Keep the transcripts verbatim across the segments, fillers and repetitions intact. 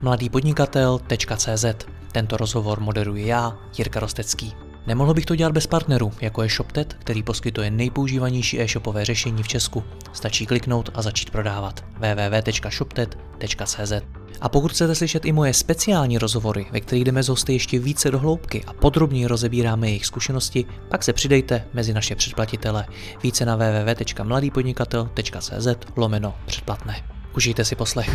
mladý podnikatel tečka cé zet. Tento rozhovor moderuji já, Jirka Rostecký. Nemohl bych to dělat bez partnerů, jako je ShopTet, který poskytuje nejpoužívanější e-shopové řešení v Česku. Stačí kliknout a začít prodávat. w w w tečka shoptet tečka cé zet. A pokud chcete slyšet i moje speciální rozhovory, ve kterých jdeme s hosty ještě více do hloubky a podrobněji rozebíráme jejich zkušenosti, pak se přidejte mezi naše předplatitele. Více na w w w tečka mladý podnikatel tečka cé zet lomeno předplatné. Užijte si poslech.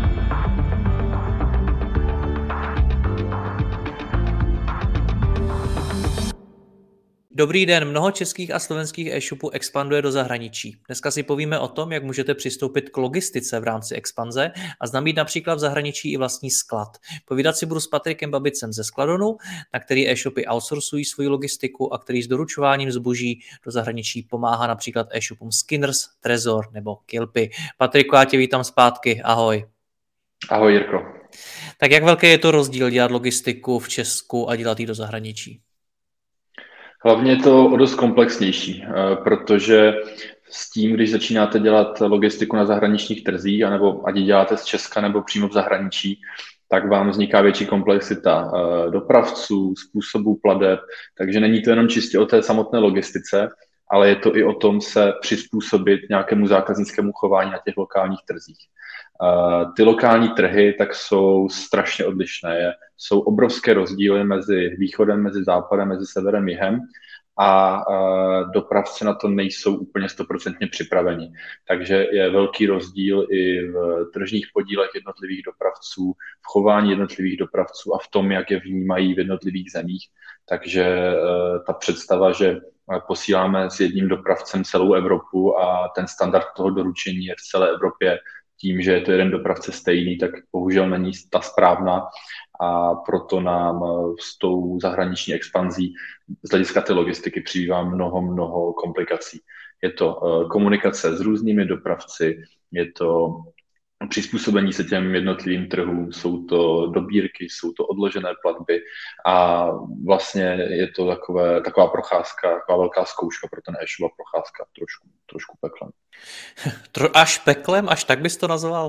Dobrý den, mnoho českých a slovenských e-shopů expanduje do zahraničí. Dneska si povíme o tom, jak můžete přistoupit k logistice v rámci expanze a znám mít například v zahraničí i vlastní sklad. Povídat si budu s Patrikem Babicem ze Skladonu, na který e-shopy outsourcují svoji logistiku a který s doručováním zboží do zahraničí pomáhá například e-shopům Skinners, Trezor nebo Kilpy. Patriku, já tě vítám zpátky, ahoj. Ahoj Jirko. Tak jak velký je to rozdíl dělat logistiku v Česku a dělat ji do zahraničí? Hlavně je to o dost komplexnější, protože s tím, když začínáte dělat logistiku na zahraničních trzích, anebo ať ji děláte z Česka nebo přímo v zahraničí, tak vám vzniká větší komplexita dopravců, způsobů plateb, takže není to jenom čistě o té samotné logistice, ale je to i o tom se přizpůsobit nějakému zákaznickému chování na těch lokálních trzích. Ty lokální trhy tak jsou strašně odlišné. Jsou obrovské rozdíly mezi východem, mezi západem, mezi severem, jihem a dopravci na to nejsou úplně stoprocentně připraveni. Takže je velký rozdíl i v tržních podílech jednotlivých dopravců, v chování jednotlivých dopravců a v tom, jak je vnímají v jednotlivých zemích. Takže ta představa, že posíláme s jedním dopravcem celou Evropu a ten standard toho doručení je v celé Evropě tím, že je to jeden dopravce stejný, tak bohužel není ta správná a proto nám s tou zahraniční expanzí z hlediska té logistiky přibývá mnoho, mnoho komplikací. Je to komunikace s různými dopravci, je to přizpůsobení se těm jednotlivým trhům, jsou to dobírky, jsou to odložené platby a vlastně je to takové, taková procházka, taková velká zkouška pro ten e-shop a procházka trošku, trošku peklem. Až peklem? Až tak bys to nazval?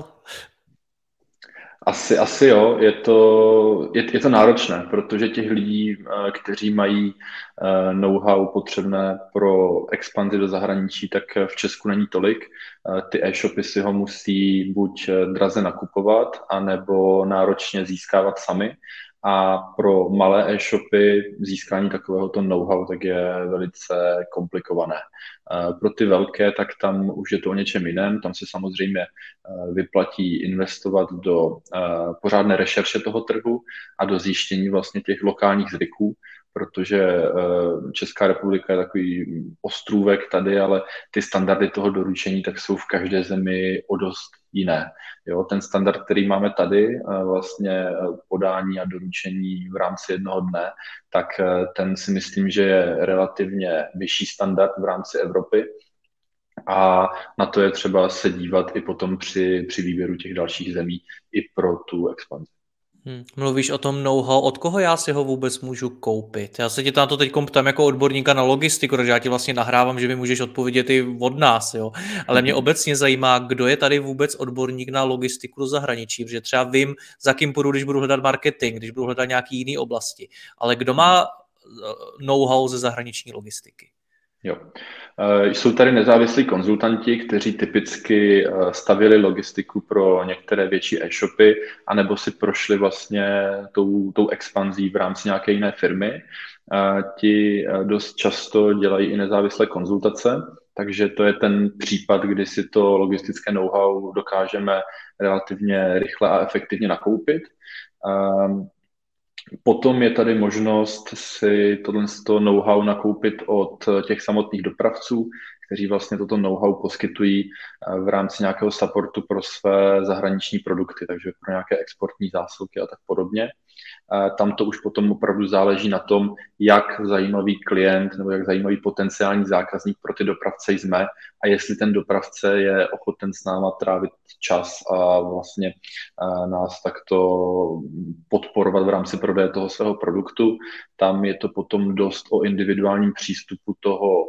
Asi, asi jo, je to, je, je to náročné, protože těch lidí, kteří mají know-how potřebné pro expanzi do zahraničí, tak v Česku není tolik. Ty e-shopy si ho musí buď draze nakupovat, anebo náročně získávat sami. A pro malé e-shopy získání takovéhoto know-how tak je velice komplikované. Pro ty velké, tak tam už je to o něčem jiném. Tam se samozřejmě vyplatí investovat do pořádné rešerše toho trhu a do zjištění vlastně těch lokálních zvyků, protože Česká republika je takový ostrůvek tady, ale ty standardy toho doručení tak jsou v každé zemi o dost jiné. Jo, ten standard, který máme tady, vlastně podání a doručení v rámci jednoho dne, tak ten si myslím, že je relativně vyšší standard v rámci Evropy a na to je třeba se dívat i potom při, při výběru těch dalších zemí i pro tu expanzi. Hmm. Mluvíš o tom know-how, od koho já si ho vůbec můžu koupit? Já se tě na to teď ptám jako odborníka na logistiku, protože já ti vlastně nahrávám, že mi můžeš odpovědět i od nás, jo. Ale mě obecně zajímá, kdo je tady vůbec odborník na logistiku do zahraničí, protože třeba vím, za kým půjdu, když budu hledat marketing, když budu hledat nějaký jiný oblasti. Ale kdo má know-how ze zahraniční logistiky? Jo. Jsou tady nezávislí konzultanti, kteří typicky stavili logistiku pro některé větší e-shopy, anebo si prošli vlastně tou, tou expanzí v rámci nějaké jiné firmy. Ti dost často dělají i nezávislé konzultace, takže to je ten případ, kdy si to logistické know-how dokážeme relativně rychle a efektivně nakoupit. Potom je tady možnost si tohle know-how nakoupit od těch samotných dopravců, kteří vlastně toto know-how poskytují v rámci nějakého supportu pro své zahraniční produkty, takže pro nějaké exportní zásilky a tak podobně. Tam to už potom opravdu záleží na tom, jak zajímavý klient nebo jak zajímavý potenciální zákazník pro ty dopravce jsme a jestli ten dopravce je ochoten s náma trávit čas a vlastně nás takto podporovat v rámci prodeje toho svého produktu. Tam je to potom dost o individuálním přístupu toho, toho obchodu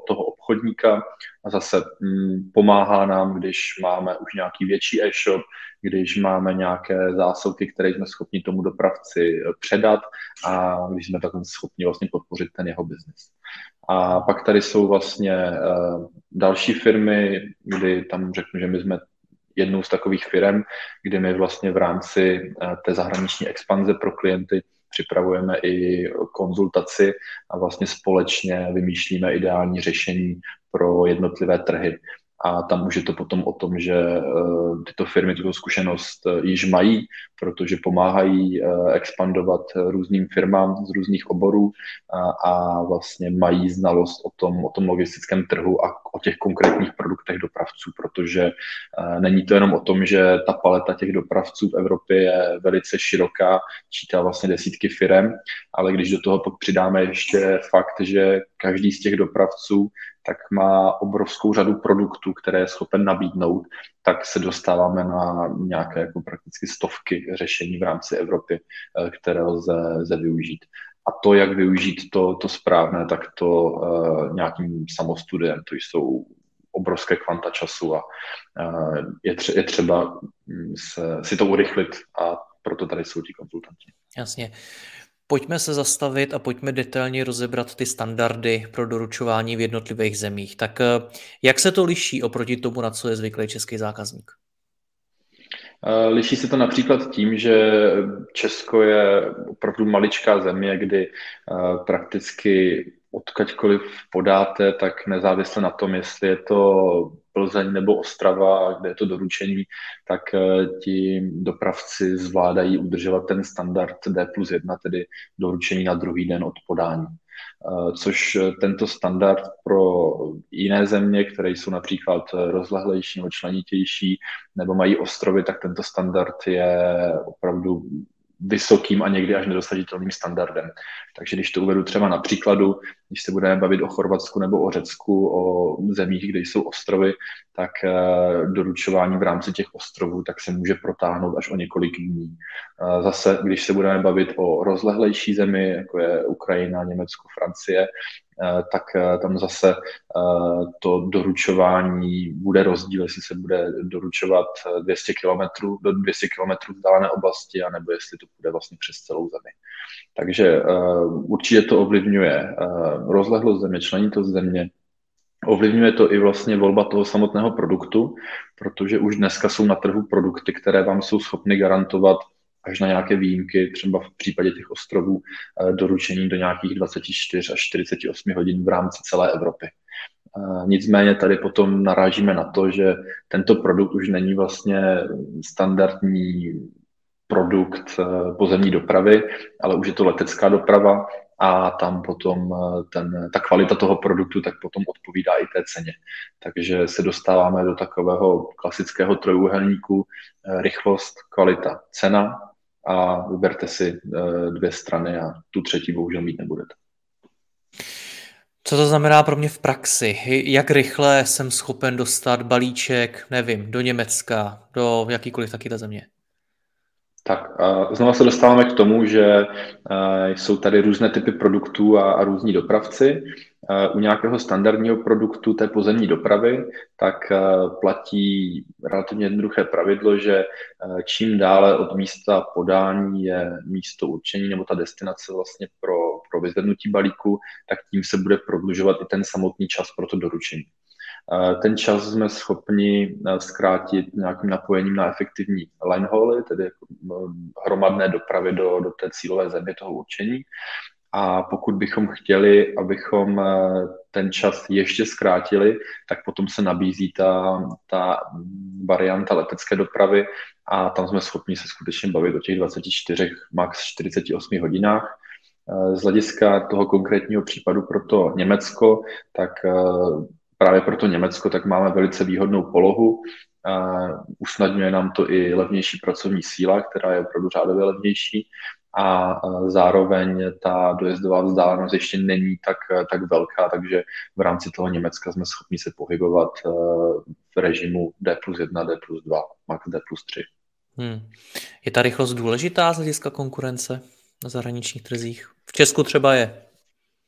obchodníka a zase hm, pomáhá nám, když máme už nějaký větší e-shop, když máme nějaké zásilky, které jsme schopni tomu dopravci předat a když jsme takhle schopni vlastně podpořit ten jeho biznis. A pak tady jsou vlastně uh, další firmy, kdy tam řeknu, že my jsme jednou z takových firm, kdy my vlastně v rámci uh, té zahraniční expanze pro klienty připravujeme i konzultaci a vlastně společně vymýšlíme ideální řešení pro jednotlivé trhy. A tam už je to potom o tom, že uh, tyto firmy tuto zkušenost uh, již mají, protože pomáhají uh, expandovat různým firmám z různých oborů uh, a vlastně mají znalost o tom, o tom logistickém trhu a o těch konkrétních produktech dopravců, protože uh, není to jenom o tom, že ta paleta těch dopravců v Evropě je velice široká, čítá vlastně desítky firem, ale když do toho pak přidáme ještě fakt, že každý z těch dopravců tak má obrovskou řadu produktů, které je schopen nabídnout, tak se dostáváme na nějaké jako prakticky stovky řešení v rámci Evropy, které lze, lze využít. A to, jak využít to, to správné, tak to uh, nějakým samostudiem, to jsou obrovské kvanta času a uh, je, tře- je třeba se, si to urychlit a proto tady jsou ti konzultanti. Jasně. Pojďme se zastavit a pojďme detailně rozebrat ty standardy pro doručování v jednotlivých zemích. Tak jak se to liší oproti tomu, na co je zvyklý český zákazník? Liší se to například tím, že Česko je opravdu maličká země, kdy prakticky odkaďkoliv podáte, tak nezávisle na tom, jestli je to Plzeň nebo Ostrava, kde je to doručení, tak ti dopravci zvládají udržovat ten standard D plus jedna, tedy doručení na druhý den od podání. Což tento standard pro jiné země, které jsou například rozlehlejší nebo členitější nebo mají ostrovy, tak tento standard je opravdu vysokým a někdy až nedosažitelným standardem. Takže když to uvedu třeba na příkladu, když se budeme bavit o Chorvatsku nebo o Řecku, o zemích, kde jsou ostrovy, tak doručování v rámci těch ostrovů tak se může protáhnout až o několik dní. Zase, když se budeme bavit o rozlehlejší zemi, jako je Ukrajina, Německo, Francie, tak tam zase to doručování bude rozdíl, jestli se bude doručovat dvě stě kilometrů do dvě stě kilometrů vzdálené oblasti, anebo jestli to bude vlastně přes celou zemi. Takže určitě to ovlivňuje rozlehlost země, členitost země, ovlivňuje to i vlastně volba toho samotného produktu, protože už dneska jsou na trhu produkty, které vám jsou schopny garantovat až na nějaké výjimky, třeba v případě těch ostrovů, doručení do nějakých dvacet čtyři až čtyřicet osm hodin v rámci celé Evropy. Nicméně tady potom narážíme na to, že tento produkt už není vlastně standardní produkt pozemní dopravy, ale už je to letecká doprava a tam potom ten, ta kvalita toho produktu tak potom odpovídá i té ceně. Takže se dostáváme do takového klasického trojúhelníku rychlost, kvalita, cena a vyberte si dvě strany a tu třetí bohužel mít nebudete. Co to znamená pro mě v praxi? Jak rychle jsem schopen dostat balíček, nevím, do Německa, do jakýkoliv taky země? Tak a znova se dostáváme k tomu, že jsou tady různé typy produktů a, a různí dopravci. U nějakého standardního produktu té pozemní dopravy tak platí relativně jednoduché pravidlo, že čím dále od místa podání je místo určení nebo ta destinace vlastně pro, pro vyzvednutí balíku, tak tím se bude prodlužovat i ten samotný čas pro to doručení. Ten čas jsme schopni zkrátit nějakým napojením na efektivní line hauly, tedy hromadné dopravy do, do té cílové země toho určení. A pokud bychom chtěli, abychom ten čas ještě zkrátili, tak potom se nabízí ta, ta varianta letecké dopravy a tam jsme schopni se skutečně bavit o těch dvacet čtyři, max čtyřicet osm hodinách. Z hlediska toho konkrétního případu pro to Německo, tak právě pro to Německo tak máme velice výhodnou polohu. Usnadňuje nám to i levnější pracovní síla, která je opravdu řádově levnější a zároveň ta dojezdová vzdálenost ještě není tak, tak velká, takže v rámci toho Německa jsme schopni se pohybovat v režimu D plus jedna, D plus dva, max D plus tři. Hmm. Je ta rychlost důležitá z hlediska konkurence na zahraničních trzích? V Česku třeba je.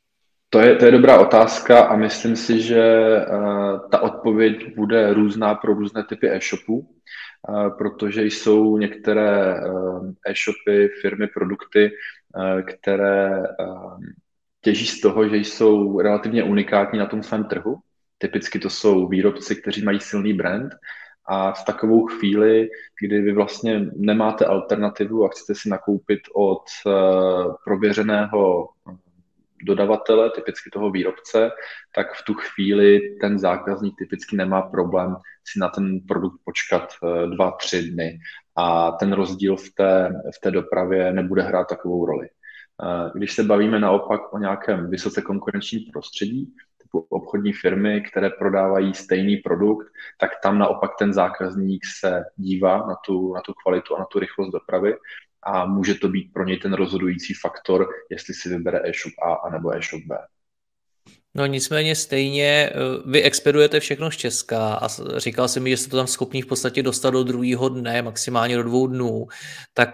To je, to je dobrá otázka a myslím si, že uh, ta odpověď bude různá pro různé typy e-shopů, uh, protože jsou některé uh, e-shopy, firmy, produkty, uh, které uh, těží z toho, že jsou relativně unikátní na tom svém trhu. Typicky to jsou výrobci, kteří mají silný brand a v takovou chvíli, kdy vy vlastně nemáte alternativu a chcete si nakoupit od uh, prověřeného dodavatele, typicky toho výrobce, tak v tu chvíli ten zákazník typicky nemá problém si na ten produkt počkat dva, tři dny a ten rozdíl v té, v té dopravě nebude hrát takovou roli. Když se bavíme naopak o nějakém vysoce konkurenčním prostředí, typu obchodní firmy, které prodávají stejný produkt, tak tam naopak ten zákazník se dívá na tu, na tu kvalitu a na tu rychlost dopravy a může to být pro něj ten rozhodující faktor, jestli si vybere e-shop A anebo e-shop B. No nicméně stejně vy expedujete všechno z Česka a říkal jsem mi, že jste to tam schopni v podstatě dostat do druhého dne, maximálně do dvou dnů, tak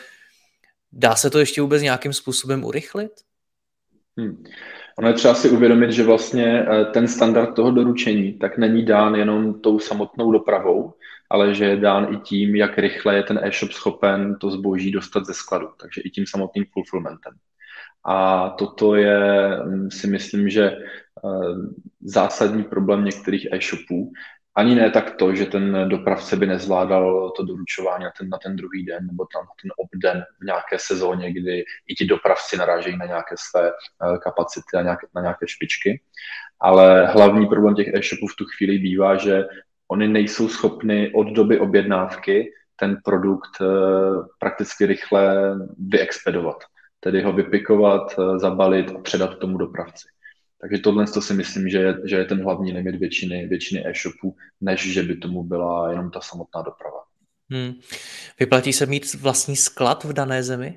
dá se to ještě vůbec nějakým způsobem urychlit? Hmm. Ono je třeba si uvědomit, že vlastně ten standard toho doručení tak není dán jenom tou samotnou dopravou, ale že je dán i tím, jak rychle je ten e-shop schopen to zboží dostat ze skladu, takže i tím samotným fulfillmentem. A toto je, si myslím, že zásadní problém některých e-shopů. Ani ne tak to, že ten dopravce by nezvládal to doručování na ten, na ten druhý den nebo tam na ten obden v nějaké sezóně, kdy i ti dopravci narážejí na nějaké své kapacity a nějaké, na nějaké špičky. Ale hlavní problém těch e-shopů v tu chvíli bývá, že oni nejsou schopni od doby objednávky ten produkt prakticky rychle vyexpedovat. Tedy ho vypikovat, zabalit a předat tomu dopravci. Takže tohle to si myslím, že je, že je ten hlavní limit většiny, většiny e-shopů, než že by tomu byla jenom ta samotná doprava. Hmm. Vyplatí se mít vlastní sklad v dané zemi?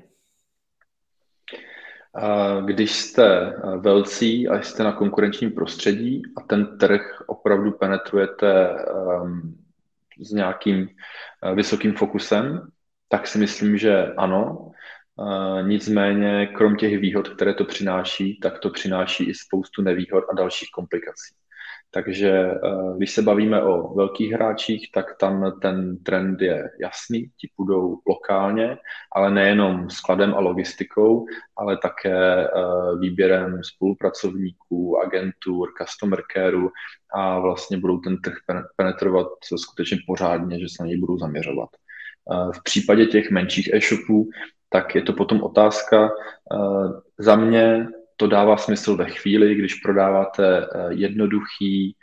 Když jste velcí a jste na konkurenčním prostředí a ten trh opravdu penetrujete um, s nějakým vysokým fokusem, tak si myslím, že ano. Uh, nicméně, krom těch výhod, které to přináší, tak to přináší i spoustu nevýhod a dalších komplikací. Takže uh, když se bavíme o velkých hráčích, tak tam ten trend je jasný, ti půjdou lokálně, ale nejenom skladem a logistikou, ale také uh, výběrem spolupracovníků, agentur, customer careu a vlastně budou ten trh penetrovat skutečně pořádně, že se na něj budou zaměřovat. Uh, v případě těch menších e-shopů tak je to potom otázka. Za mě to dává smysl ve chvíli, když prodáváte jednoduchý,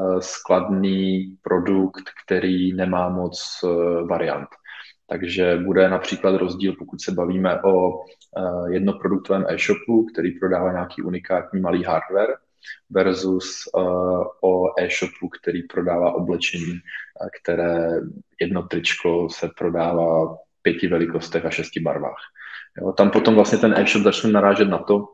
skladný produkt, který nemá moc variant. Takže bude například rozdíl, pokud se bavíme o jednoproduktovém e-shopu, který prodává nějaký unikátní malý hardware, versus o e-shopu, který prodává oblečení, které jedno tričko se prodává v pěti velikostech a šesti barvách. Jo, tam potom vlastně ten e-shop začne narážet na to,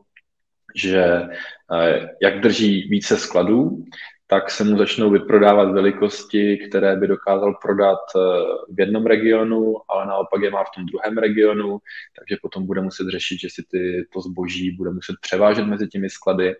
že jak drží více skladů, tak se mu začnou vyprodávat velikosti, které by dokázal prodat v jednom regionu, ale naopak je má v tom druhém regionu, takže potom bude muset řešit, že si ty, to zboží bude muset převážet mezi těmi sklady,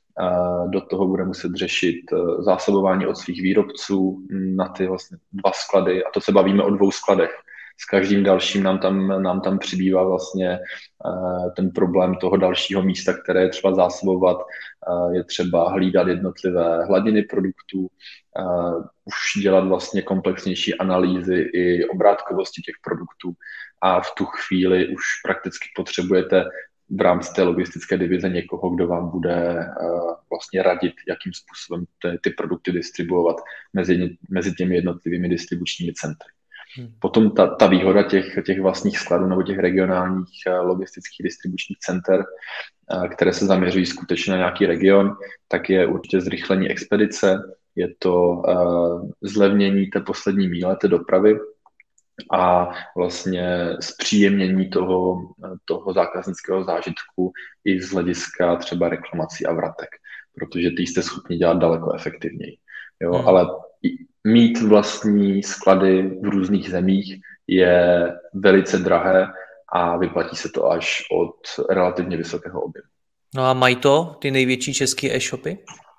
do toho bude muset řešit zásobování od svých výrobců na ty vlastně dva sklady, a to se bavíme o dvou skladech. S každým dalším nám tam, nám tam přibývá vlastně uh, ten problém toho dalšího místa, které je třeba zásobovat, uh, je třeba hlídat jednotlivé hladiny produktů, uh, už dělat vlastně komplexnější analýzy i obrátkovosti těch produktů a v tu chvíli už prakticky potřebujete v rámci té logistické divize někoho, kdo vám bude uh, vlastně radit, jakým způsobem ty, ty produkty distribuovat mezi, mezi těmi jednotlivými distribučními centry. Hmm. Potom ta, ta výhoda těch, těch vlastních skladů nebo těch regionálních logistických distribučních center, které se zaměřují skutečně na nějaký region, tak je určitě zrychlení expedice, je to uh, zlevnění té poslední míle, té dopravy a vlastně zpříjemnění toho, toho zákaznického zážitku i z hlediska třeba reklamací a vratek, protože ty jste schopni dělat daleko efektivněji. Jo? Hmm. Ale mít vlastní sklady v různých zemích je velice drahé a vyplatí se to až od relativně vysokého objemu. No a mají to ty největší české e-shopy?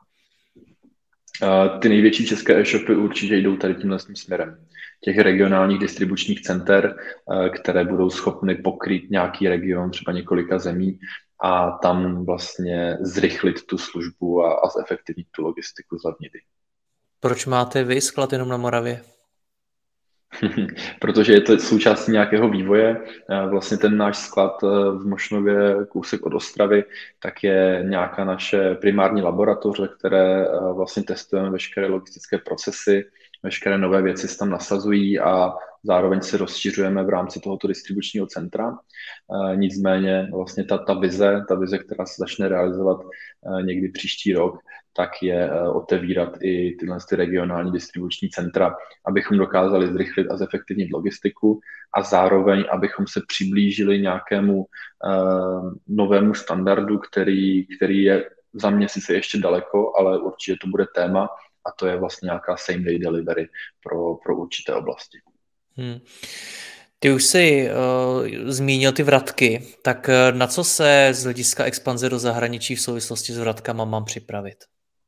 Ty největší české e-shopy určitě jdou tady tímhle směrem. Těch regionálních distribučních center, které budou schopny pokrýt nějaký region, třeba několika zemí, a tam vlastně zrychlit tu službu a, a zefektivnit tu logistiku, zlevnit. Proč máte vy sklad jenom na Moravě? Protože je to součástí nějakého vývoje. Vlastně ten náš sklad v Mošnově, kousek od Ostravy, tak je nějaká naše primární laboratoř, ve které vlastně testujeme veškeré logistické procesy, veškeré nové věci se tam nasazují a zároveň se rozšiřujeme v rámci tohoto distribučního centra. Nicméně vlastně ta, ta vize, ta vize, která se začne realizovat někdy příští rok, tak je otevírat i tyhle ty regionální distribuční centra, abychom dokázali zrychlit a zefektivnit logistiku a zároveň, abychom se přiblížili nějakému uh, novému standardu, který, který je za mě sice ještě daleko, ale určitě to bude téma, a to je vlastně nějaká same day delivery pro, pro určité oblasti. Hmm. Ty už jsi uh, zmínil ty vratky, tak na co se z hlediska expanze do zahraničí v souvislosti s vratkama mám připravit?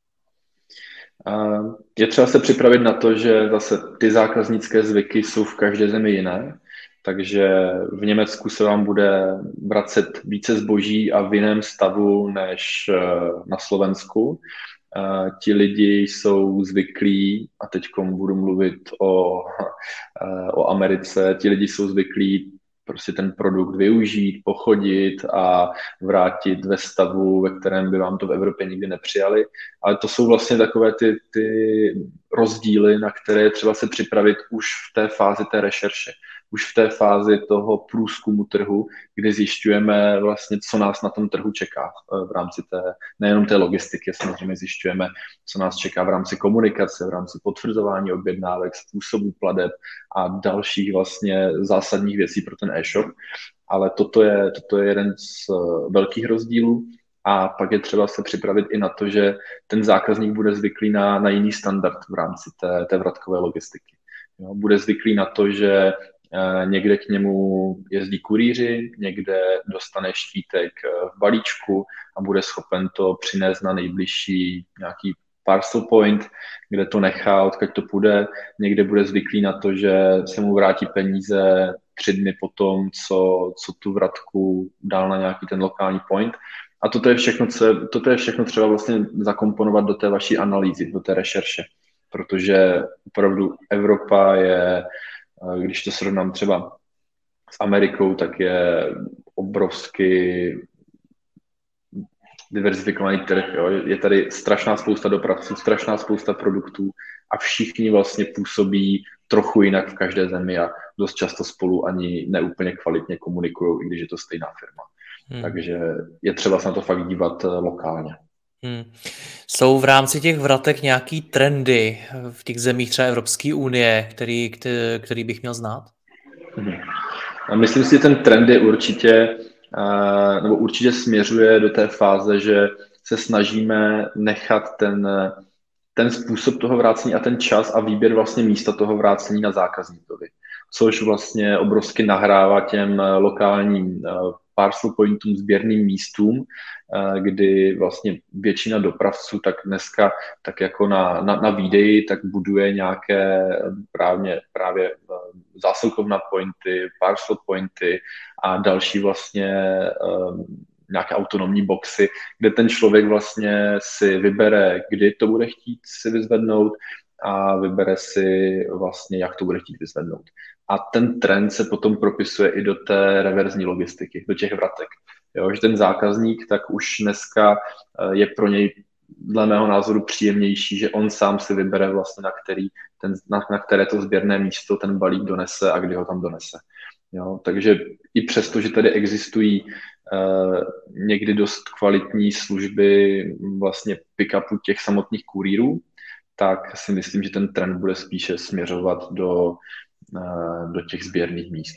Je třeba se připravit na to, že zase ty zákaznické zvyky jsou v každé zemi jiné, takže v Německu se vám bude vracet více zboží a v jiném stavu než na Slovensku. Ti lidi jsou zvyklí, a teď budu mluvit o, o Americe, ti lidi jsou zvyklí prostě ten produkt využít, pochodit a vrátit ve stavu, ve kterém by vám to v Evropě nikdy nepřijali. Ale to jsou vlastně takové ty, ty rozdíly, na které je třeba se připravit už v té fázi té rešerše, už v té fázi toho průzkumu trhu, kdy zjišťujeme vlastně, co nás na tom trhu čeká v rámci té, nejenom té logistiky, samozřejmě zjišťujeme, co nás čeká v rámci komunikace, v rámci potvrzování objednávek, způsobů plateb a dalších vlastně zásadních věcí pro ten e-shop. Ale toto je, toto je jeden z velkých rozdílů. A pak je třeba se připravit i na to, že ten zákazník bude zvyklý na, na jiný standard v rámci té, té vratkové logistiky. Jo, bude zvyklý na to, že eh, někde k němu jezdí kurýři, někde dostane štítek v balíčku a bude schopen to přinést na nejbližší nějaký parcel point, kde to nechá, odkud to půjde. Někde bude zvyklý na to, že se mu vrátí peníze tři dny potom, co, co tu vratku dal na nějaký ten lokální point. A toto je všechno, co, toto je všechno třeba vlastně zakomponovat do té vaší analýzy, do té rešerše, protože opravdu Evropa je, když to srovnám třeba s Amerikou, tak je obrovsky diverzifikovaný trh. Jo. Je tady strašná spousta dopravců, strašná spousta produktů a všichni vlastně působí trochu jinak v každé zemi a dost často spolu ani neúplně kvalitně komunikují, i když je to stejná firma. Hmm. Takže je třeba se na to fakt dívat lokálně. Hmm. Jsou v rámci těch vratek nějaký trendy v těch zemích třeba Evropské unie, který, který, který bych měl znát? Hmm. Myslím si, že ten trend je určitě, nebo určitě směřuje do té fáze, že se snažíme nechat ten, ten způsob toho vrácení a ten čas a výběr vlastně místa toho vrácení na zákazníkovi, což vlastně obrovsky nahrává těm lokálním parcel pointům, sběrným místům, kdy vlastně většina dopravců tak dneska tak jako na, na, na výdeji tak buduje nějaké právě, právě zásilkovna pointy, parcel pointy a další vlastně um, nějaké autonomní boxy, kde ten člověk vlastně si vybere, kdy to bude chtít si vyzvednout a vybere si vlastně, jak to bude chtít vyzvednout. A ten trend se potom propisuje i do té reverzní logistiky, do těch vratek. Jo, že ten zákazník tak už dneska je pro něj dle mého názoru příjemnější, že on sám si vybere vlastně, na, který, ten, na, na které to sběrné místo ten balík donese a kdy ho tam donese. Jo, takže i přesto, že tady existují uh, někdy dost kvalitní služby vlastně pick-upu těch samotných kurýrů, tak si myslím, že ten trend bude spíše směřovat do, uh, do těch sběrných míst.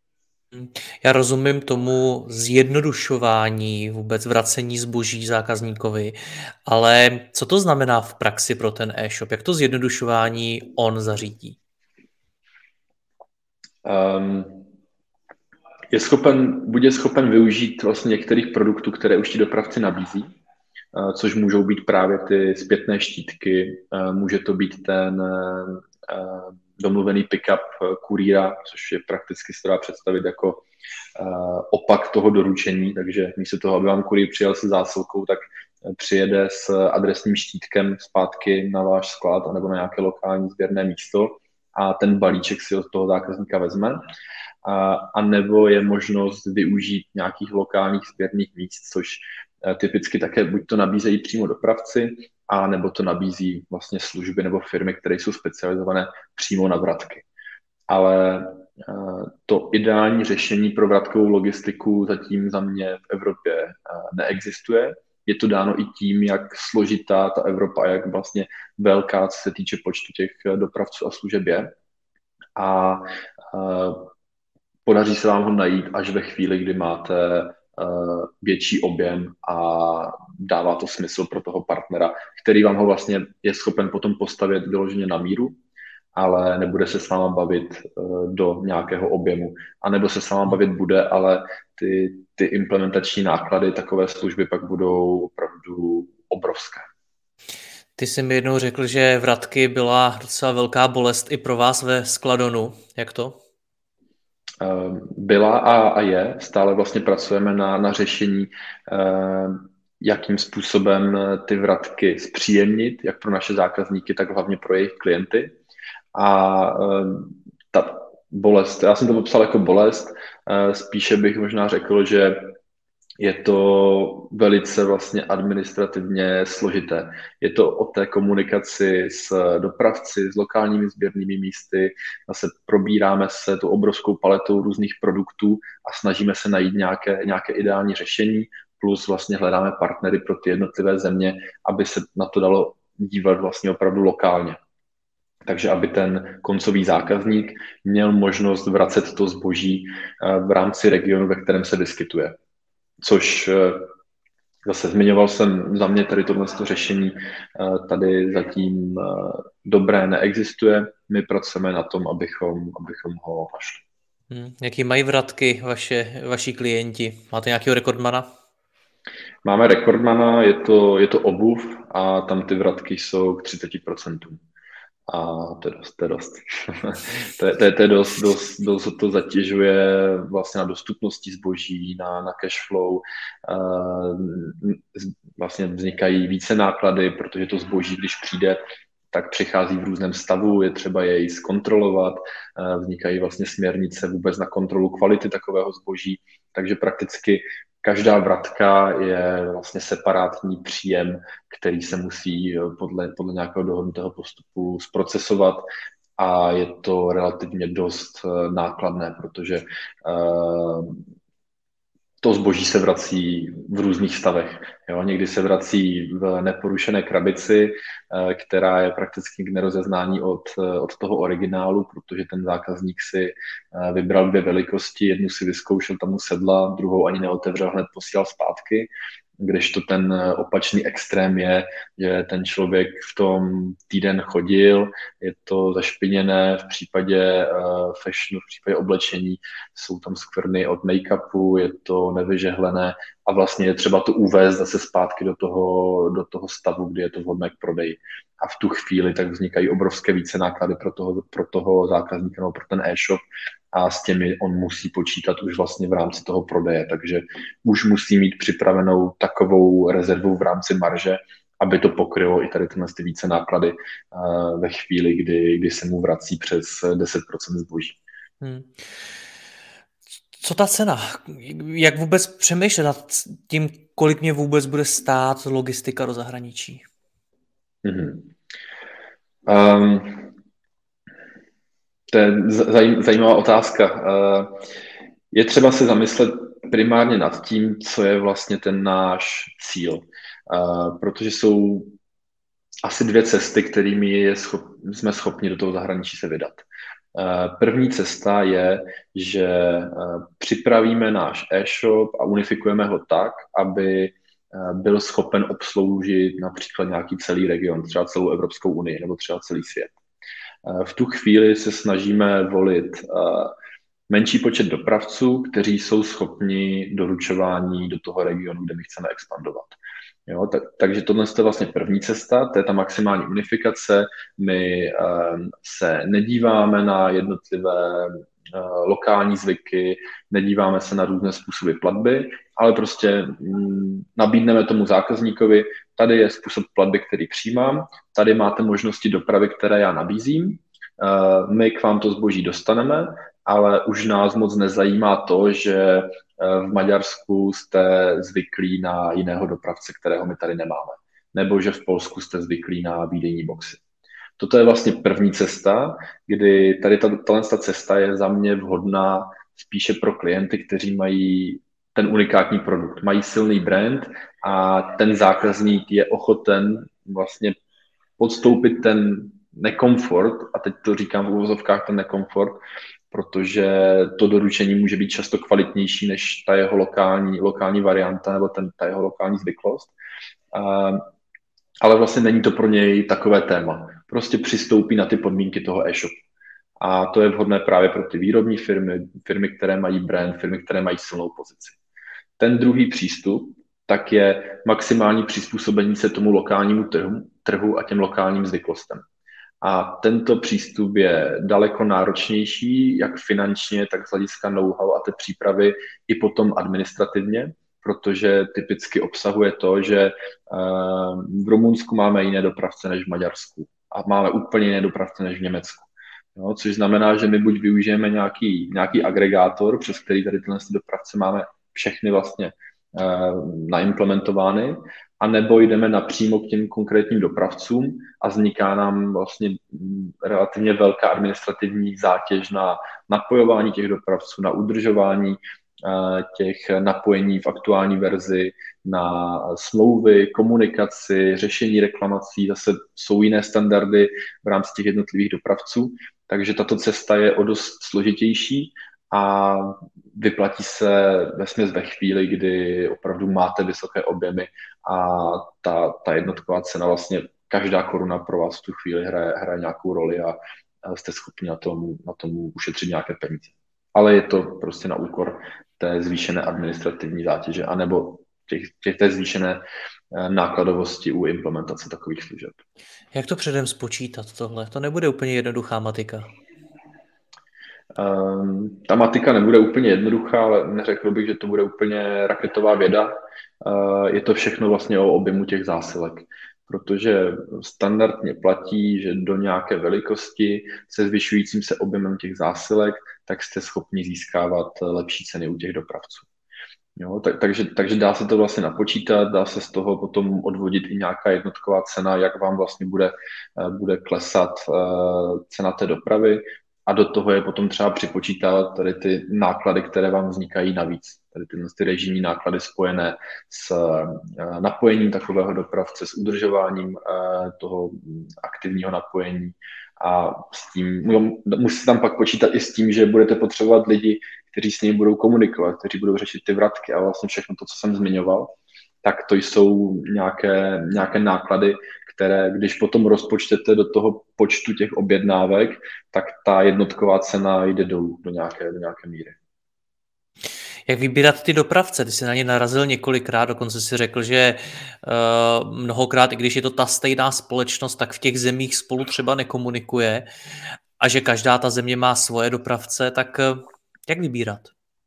Já rozumím tomu zjednodušování, vůbec vracení zboží zákazníkovi, ale co to znamená v praxi pro ten e-shop? Jak to zjednodušování on zařídí? Um, Je schopen, bude schopen využít vlastně některých produktů, které už ti dopravci nabízí, což můžou být právě ty zpětné štítky, může to být ten domluvený pick-up kurýra, což je prakticky se dá představit jako opak toho doručení, takže místo toho, aby vám kurýr přijel se zásilkou, tak přijede s adresním štítkem zpátky na váš sklad anebo na nějaké lokální sběrné místo a ten balíček si od toho zákazníka vezme. A, a nebo je možnost využít nějakých lokálních sběrných míst, což typicky také buď to nabízejí přímo dopravci, a nebo to nabízí vlastně služby nebo firmy, které jsou specializované přímo na vratky. Ale to ideální řešení pro vratkovou logistiku zatím za mě v Evropě neexistuje. Je to dáno i tím, jak složitá ta Evropa a jak vlastně velká, co se týče počtu těch dopravců a služeb je. A podaří se vám ho najít až ve chvíli, kdy máte větší objem a dává to smysl pro toho partnera, který vám ho vlastně je schopen potom postavit vyloženě na míru, ale nebude se s váma bavit do nějakého objemu. A nebo se s váma bavit bude, ale ty, ty implementační náklady takové služby pak budou opravdu obrovské. Ty jsi mi jednou řekl, že vratky byla docela velká bolest i pro vás ve Skladonu. Jak to? Byla a, a je. Stále vlastně pracujeme na, na řešení, jakým způsobem ty vratky zpříjemnit, jak pro naše zákazníky, tak hlavně pro jejich klienty. A ta bolest, já jsem to popsal jako bolest, spíše bych možná řekl, že je to velice vlastně administrativně složité. Je to o té komunikaci s dopravci, s lokálními sběrnými místy. Zase probíráme se tu obrovskou paletou různých produktů a snažíme se najít nějaké, nějaké ideální řešení, plus vlastně hledáme partnery pro ty jednotlivé země, aby se na to dalo dívat vlastně opravdu lokálně. Takže aby ten koncový zákazník měl možnost vracet to zboží v rámci regionu, ve kterém se vyskytuje. Což zase zmiňoval jsem, za mě tady tohle řešení tady zatím dobré neexistuje. My pracujeme na tom, abychom, abychom ho našli. Hmm. Jaký mají vratky vaše, vaši klienti? Máte nějakého rekordmana? Máme rekordmana, je to, je to obuv a tam ty vratky jsou k třicet procent. A to je dost, to je dost. to, je, to, je, to je dost, dost, dost to zatěžuje vlastně na dostupnosti zboží, na, na cash flow. Vlastně vznikají více náklady, protože to zboží, když přijde, tak přichází v různém stavu, je třeba jej zkontrolovat, vznikají vlastně směrnice vůbec na kontrolu kvality takového zboží, takže prakticky každá vratka je vlastně separátní příjem, který se musí podle, podle nějakého dohodnutého postupu zprocesovat a je to relativně dost nákladné, protože uh, to zboží se vrací v různých stavech. Jo? Někdy se vrací v neporušené krabici, která je prakticky k nerozeznání od, od toho originálu, protože ten zákazník si vybral dvě velikosti, jednu si vyzkoušel, tam mu sedla, druhou ani neotevřel, hned posílal zpátky. Kdežto ten opačný extrém je, že ten člověk v tom týden chodil, je to zašpiněné, v případě uh, fashionu, v případě oblečení jsou tam skvrny od make-upu, je to nevyžehlené a vlastně je třeba to uvést zase zpátky do toho, do toho stavu, kdy je to vhodné k prodeji. A v tu chvíli tak vznikají obrovské více náklady pro toho, pro toho zákazníka nebo pro ten e-shop a s těmi on musí počítat už vlastně v rámci toho prodeje, takže už musí mít připravenou takovou rezervu v rámci marže, aby to pokrylo i tady tyhle ty více náklady uh, ve chvíli, kdy, kdy se mu vrací přes deset procent zboží. Hmm. Co ta cena? Jak vůbec přemýšlet nad tím, kolik mě vůbec bude stát logistika do zahraničí? Hmm. Um, To je zajímavá otázka. Je třeba se zamyslet primárně nad tím, co je vlastně ten náš cíl. Protože jsou asi dvě cesty, kterými je schop, jsme schopni do toho zahraničí se vydat. První cesta je, že připravíme náš e-shop a unifikujeme ho tak, aby byl schopen obsloužit například nějaký celý region, třeba celou Evropskou unii nebo třeba celý svět. V tu chvíli se snažíme volit menší počet dopravců, kteří jsou schopni doručování do toho regionu, kde my chceme expandovat. Jo, tak, takže tohle je vlastně první cesta, to je ta maximální unifikace. My um, se nedíváme na jednotlivé uh, lokální zvyky, nedíváme se na různé způsoby platby, ale prostě um, nabídneme tomu zákazníkovi, tady je způsob platby, který přijímám, tady máte možnosti dopravy, které já nabízím, uh, my k vám to zboží dostaneme, ale už nás moc nezajímá to, že v Maďarsku jste zvyklí na jiného dopravce, kterého my tady nemáme. Nebo že v Polsku jste zvyklí na výdejní boxy. Toto je vlastně první cesta, kdy tady ta, ta cesta je za mě vhodná spíše pro klienty, kteří mají ten unikátní produkt, mají silný brand a ten zákazník je ochoten vlastně podstoupit ten nekomfort, a teď to říkám v uvozovkách ten nekomfort, protože to doručení může být často kvalitnější než ta jeho lokální, lokální varianta nebo ten, ta jeho lokální zvyklost. Uh, ale vlastně není to pro něj takové téma. Prostě přistoupí na ty podmínky toho e-shopu. A to je vhodné právě pro ty výrobní firmy, firmy, které mají brand, firmy, které mají silnou pozici. Ten druhý přístup tak je maximální přizpůsobení se tomu lokálnímu trhu, trhu a těm lokálním zvyklostem. A tento přístup je daleko náročnější, jak finančně, tak z hlediska know-how a té přípravy i potom administrativně, protože typicky obsahuje to, že v Rumunsku máme jiné dopravce než v Maďarsku a máme úplně jiné dopravce než v Německu. No, což znamená, že my buď využijeme nějaký, nějaký agregátor, přes který tady tyhle dopravce máme všechny vlastně naimplementovány, a nebo jdeme napřímo k těm konkrétním dopravcům a vzniká nám vlastně relativně velká administrativní zátěž na napojování těch dopravců, na udržování těch napojení v aktuální verzi, na smlouvy, komunikaci, řešení reklamací, zase jsou jiné standardy v rámci těch jednotlivých dopravců, takže tato cesta je o dost složitější a vyplatí se vesměs ve chvíli, kdy opravdu máte vysoké objemy a ta, ta jednotková cena, vlastně každá koruna pro vás v tu chvíli hraje, hraje nějakou roli a jste schopni na tom, na tom ušetřit nějaké peníze. Ale je to prostě na úkor té zvýšené administrativní zátěže anebo těch, těch té zvýšené nákladovosti u implementace takových služeb. Jak to předem spočítat tohle? To nebude úplně jednoduchá matika. Um, ta matika nebude úplně jednoduchá, ale neřekl bych, že to bude úplně raketová věda. Uh, je to všechno vlastně o objemu těch zásilek, protože standardně platí, že do nějaké velikosti se zvyšujícím se objemem těch zásilek, tak jste schopni získávat lepší ceny u těch dopravců. Jo, tak, takže, takže dá se to vlastně napočítat, dá se z toho potom odvodit i nějaká jednotková cena, jak vám vlastně bude, bude klesat uh, cena té dopravy. A do toho je potom třeba připočítat tady ty náklady, které vám vznikají navíc. Tady ty, ty režijní náklady spojené s napojením takového dopravce, s udržováním toho aktivního napojení a s tím, musíte tam pak počítat i s tím, že budete potřebovat lidi, kteří s nimi budou komunikovat, kteří budou řešit ty vratky a vlastně všechno to, co jsem zmiňoval, tak to jsou nějaké, nějaké náklady, které, když potom rozpočtete do toho počtu těch objednávek, tak ta jednotková cena jde dolů do nějaké, do nějaké míry. Jak vybírat ty dopravce? Ty jsi na ně narazil několikrát, dokonce si řekl, že uh, mnohokrát, i když je to ta stejná společnost, tak v těch zemích spolu třeba nekomunikuje a že každá ta země má svoje dopravce, tak uh, jak vybírat?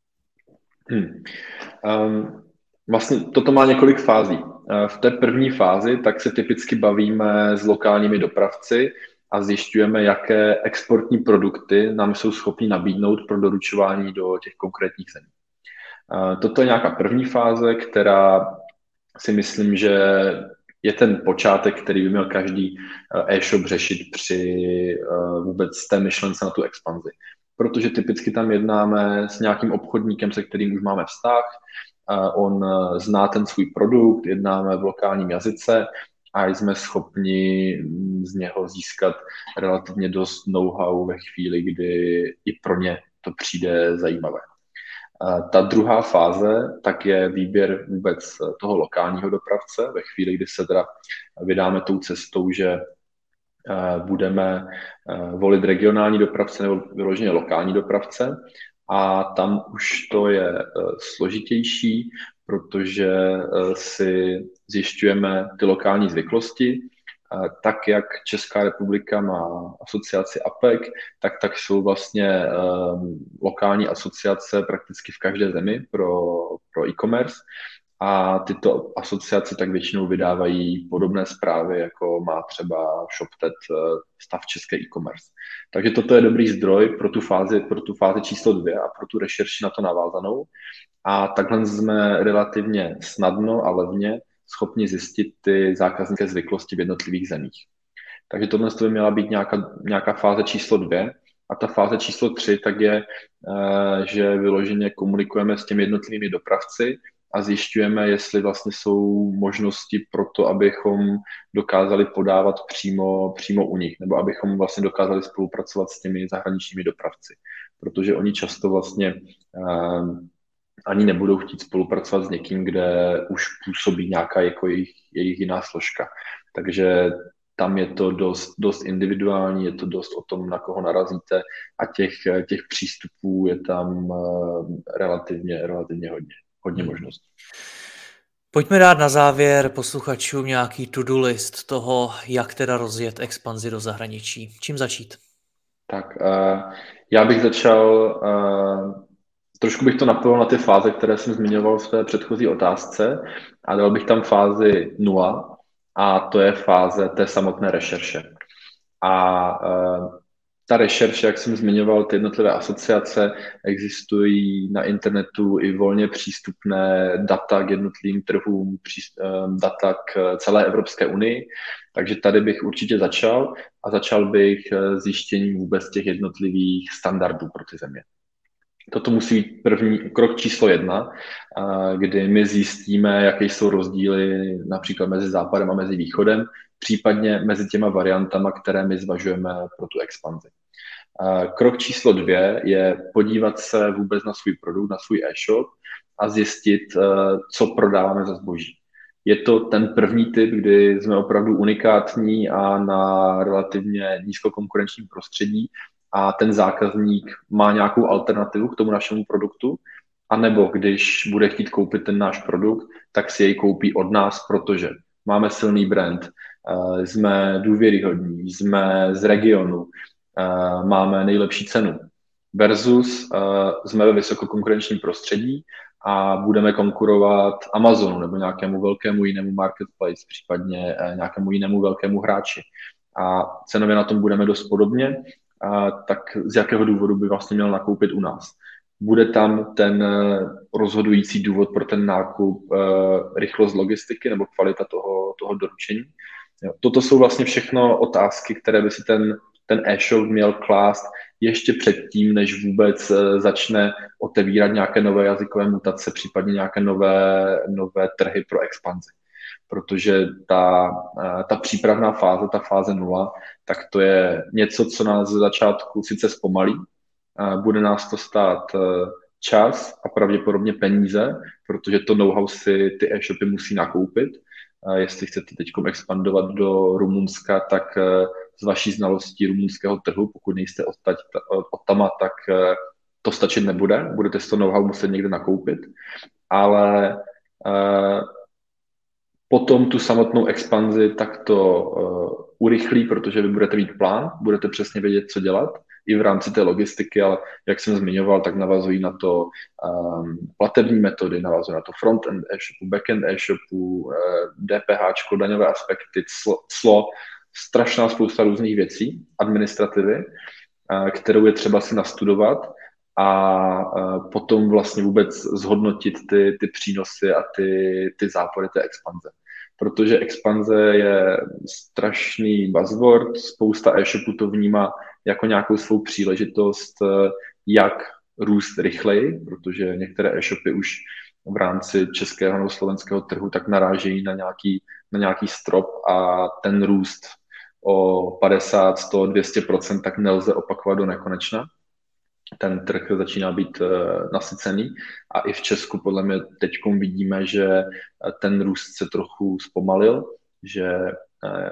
Hmm. Um, vlastně toto má několik fází. V té první fázi tak se typicky bavíme s lokálními dopravci a zjišťujeme, jaké exportní produkty nám jsou schopni nabídnout pro doručování do těch konkrétních zemí. Toto je nějaká první fáze, která si myslím, že je ten počátek, který by měl každý e-shop řešit při vůbec té myšlence na tu expanzi. Protože typicky tam jednáme s nějakým obchodníkem, se kterým už máme vztah, on zná ten svůj produkt, jednáme v lokálním jazyce a jsme schopni z něho získat relativně dost know-how ve chvíli, kdy i pro ně to přijde zajímavé. Ta druhá fáze tak je výběr vůbec toho lokálního dopravce ve chvíli, kdy se teda vydáme tou cestou, že budeme volit regionální dopravce nebo vyloženě lokální dopravce. a tam už to je složitější, protože si zjišťujeme ty lokální zvyklosti. Tak, jak Česká republika má asociaci A P E C, tak, tak jsou vlastně um, lokální asociace prakticky v každé zemi pro, pro e-commerce a tyto asociace tak většinou vydávají podobné zprávy, jako má třeba ShopTet stav české e-commerce. Takže toto je dobrý zdroj pro tu fázi, pro tu fázi číslo dvě a pro tu rešerši na to navázanou. A takhle jsme relativně snadno a levně schopni zjistit ty zákaznické zvyklosti v jednotlivých zemích. Takže tohle by měla být nějaká, nějaká fáze číslo dvě. A ta fáze číslo tři tak je, že vyloženě komunikujeme s těmi jednotlivými dopravci a zjišťujeme, jestli vlastně jsou možnosti pro to, abychom dokázali podávat přímo, přímo u nich, nebo abychom vlastně dokázali spolupracovat s těmi zahraničními dopravci. Protože oni často vlastně ani nebudou chtít spolupracovat s někým, kde už působí nějaká jako jejich, jejich jiná složka. Takže tam je to dost, dost individuální, je to dost o tom, na koho narazíte a těch, těch přístupů je tam relativně, relativně hodně, hodně možností. Pojďme dát na závěr posluchačům nějaký to-do list toho, jak teda rozjet expanzi do zahraničí. Čím začít? Tak já bych začal... Trošku bych to napojil na ty fáze, které jsem zmiňoval v té předchozí otázce a dal bych tam fázi nula a to je fáze té samotné rešerše. A uh, ta rešerše, jak jsem zmiňoval, ty jednotlivé asociace, existují na internetu i volně přístupné data k jednotlivým trhům, data k celé Evropské unii, takže tady bych určitě začal a začal bych zjištěním vůbec těch jednotlivých standardů pro ty země. Toto musí být první krok číslo jedna, kdy my zjistíme, jaké jsou rozdíly například mezi západem a mezi východem, případně mezi těma variantama, které my zvažujeme pro tu expanzi. Krok číslo dvě je podívat se vůbec na svůj produkt, na svůj e-shop a zjistit, co prodáváme za zboží. Je to ten první typ, kdy jsme opravdu unikátní a na relativně nízkokonkurenčním prostředí a ten zákazník má nějakou alternativu k tomu našemu produktu, anebo když bude chtít koupit ten náš produkt, tak si jej koupí od nás, protože máme silný brand, jsme důvěryhodní, jsme z regionu, máme nejlepší cenu. Versus jsme ve vysokokonkurenčním prostředí a budeme konkurovat Amazonu nebo nějakému velkému jinému marketplace, případně nějakému jinému velkému hráči. A cenově na tom budeme dost podobně, a tak z jakého důvodu by vlastně měl nakoupit u nás. Bude tam ten rozhodující důvod pro ten nákup rychlost logistiky nebo kvalita toho, toho doručení. Jo. Toto jsou vlastně všechno otázky, které by si ten, ten e-shop měl klást ještě předtím, než vůbec začne otevírat nějaké nové jazykové mutace, případně nějaké nové, nové trhy pro expanzi. Protože ta, ta přípravná fáze, ta fáze nula, tak to je něco, co nás ze začátku sice zpomalí, bude nás to stát čas a pravděpodobně peníze, protože to know-how si ty e-shopy musí nakoupit. Jestli chcete teď expandovat do Rumunska, tak z vaší znalostí rumunského trhu, pokud nejste odtať, odtama, tak to stačit nebude. Budete si to know-how muset někde nakoupit, ale potom tu samotnou expanzi tak to uh, urychlí, protože vy budete mít plán, budete přesně vědět, co dělat i v rámci té logistiky, ale jak jsem zmiňoval, tak navazují na to um, platební metody, navazují na to front-end e-shopu, back-end e-shopu, uh, DPHčko, daňové aspekty, clo, clo, strašná spousta různých věcí, administrativy, uh, kterou je třeba si nastudovat a uh, potom vlastně vůbec zhodnotit ty, ty přínosy a ty, ty zápory té expanze. Protože expanze je strašný buzzword, spousta e-shopů to vnímá jako nějakou svou příležitost, jak růst rychleji, protože některé e-shopy už v rámci českého nebo slovenského trhu tak narážejí na nějaký, na nějaký strop a ten růst o padesát, sto, dvě stě procent tak nelze opakovat do nekonečna. Ten trh začíná být nasycený a i v Česku podle mě teď vidíme, že ten růst se trochu zpomalil, že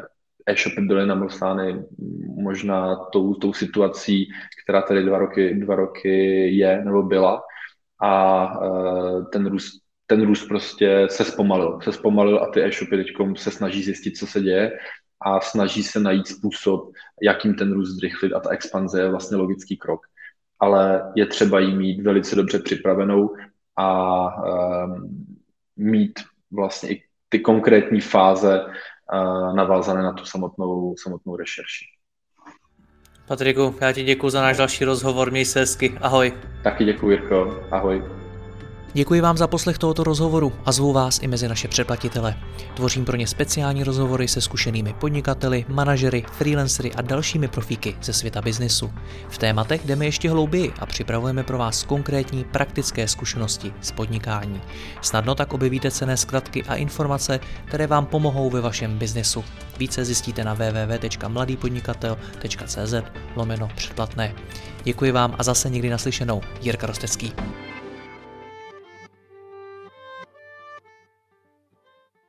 e-shopy byly namlsány možná tou, tou situací, která tady dva roky, dva roky je nebo byla a ten růst, ten růst prostě se zpomalil. Se zpomalil a ty e-shopy teď se snaží zjistit, co se děje a snaží se najít způsob, jakým ten růst zrychlit a ta expanze je vlastně logický krok. Ale je třeba jí mít velice dobře připravenou a um, mít vlastně i ty konkrétní fáze uh, navázané na tu samotnou, samotnou rešerši. Patriku, já ti děkuji za náš další rozhovor, měj se hezky, ahoj. Taky děkuji, Jirko, ahoj. Děkuji vám za poslech tohoto rozhovoru a zvu vás i mezi naše předplatitele. Tvořím pro ně speciální rozhovory se zkušenými podnikateli, manažery, freelancery a dalšími profíky ze světa biznesu. V tématech jdeme ještě hlouběji a připravujeme pro vás konkrétní praktické zkušenosti z podnikání. Snadno tak objevíte cenné zkratky a informace, které vám pomohou ve vašem biznesu. Více zjistíte na w w w tečka mladýpodnikatel tečka c z lomeno předplatné. Děkuji vám a zase někdy naslyšenou. Jirka Rostecký.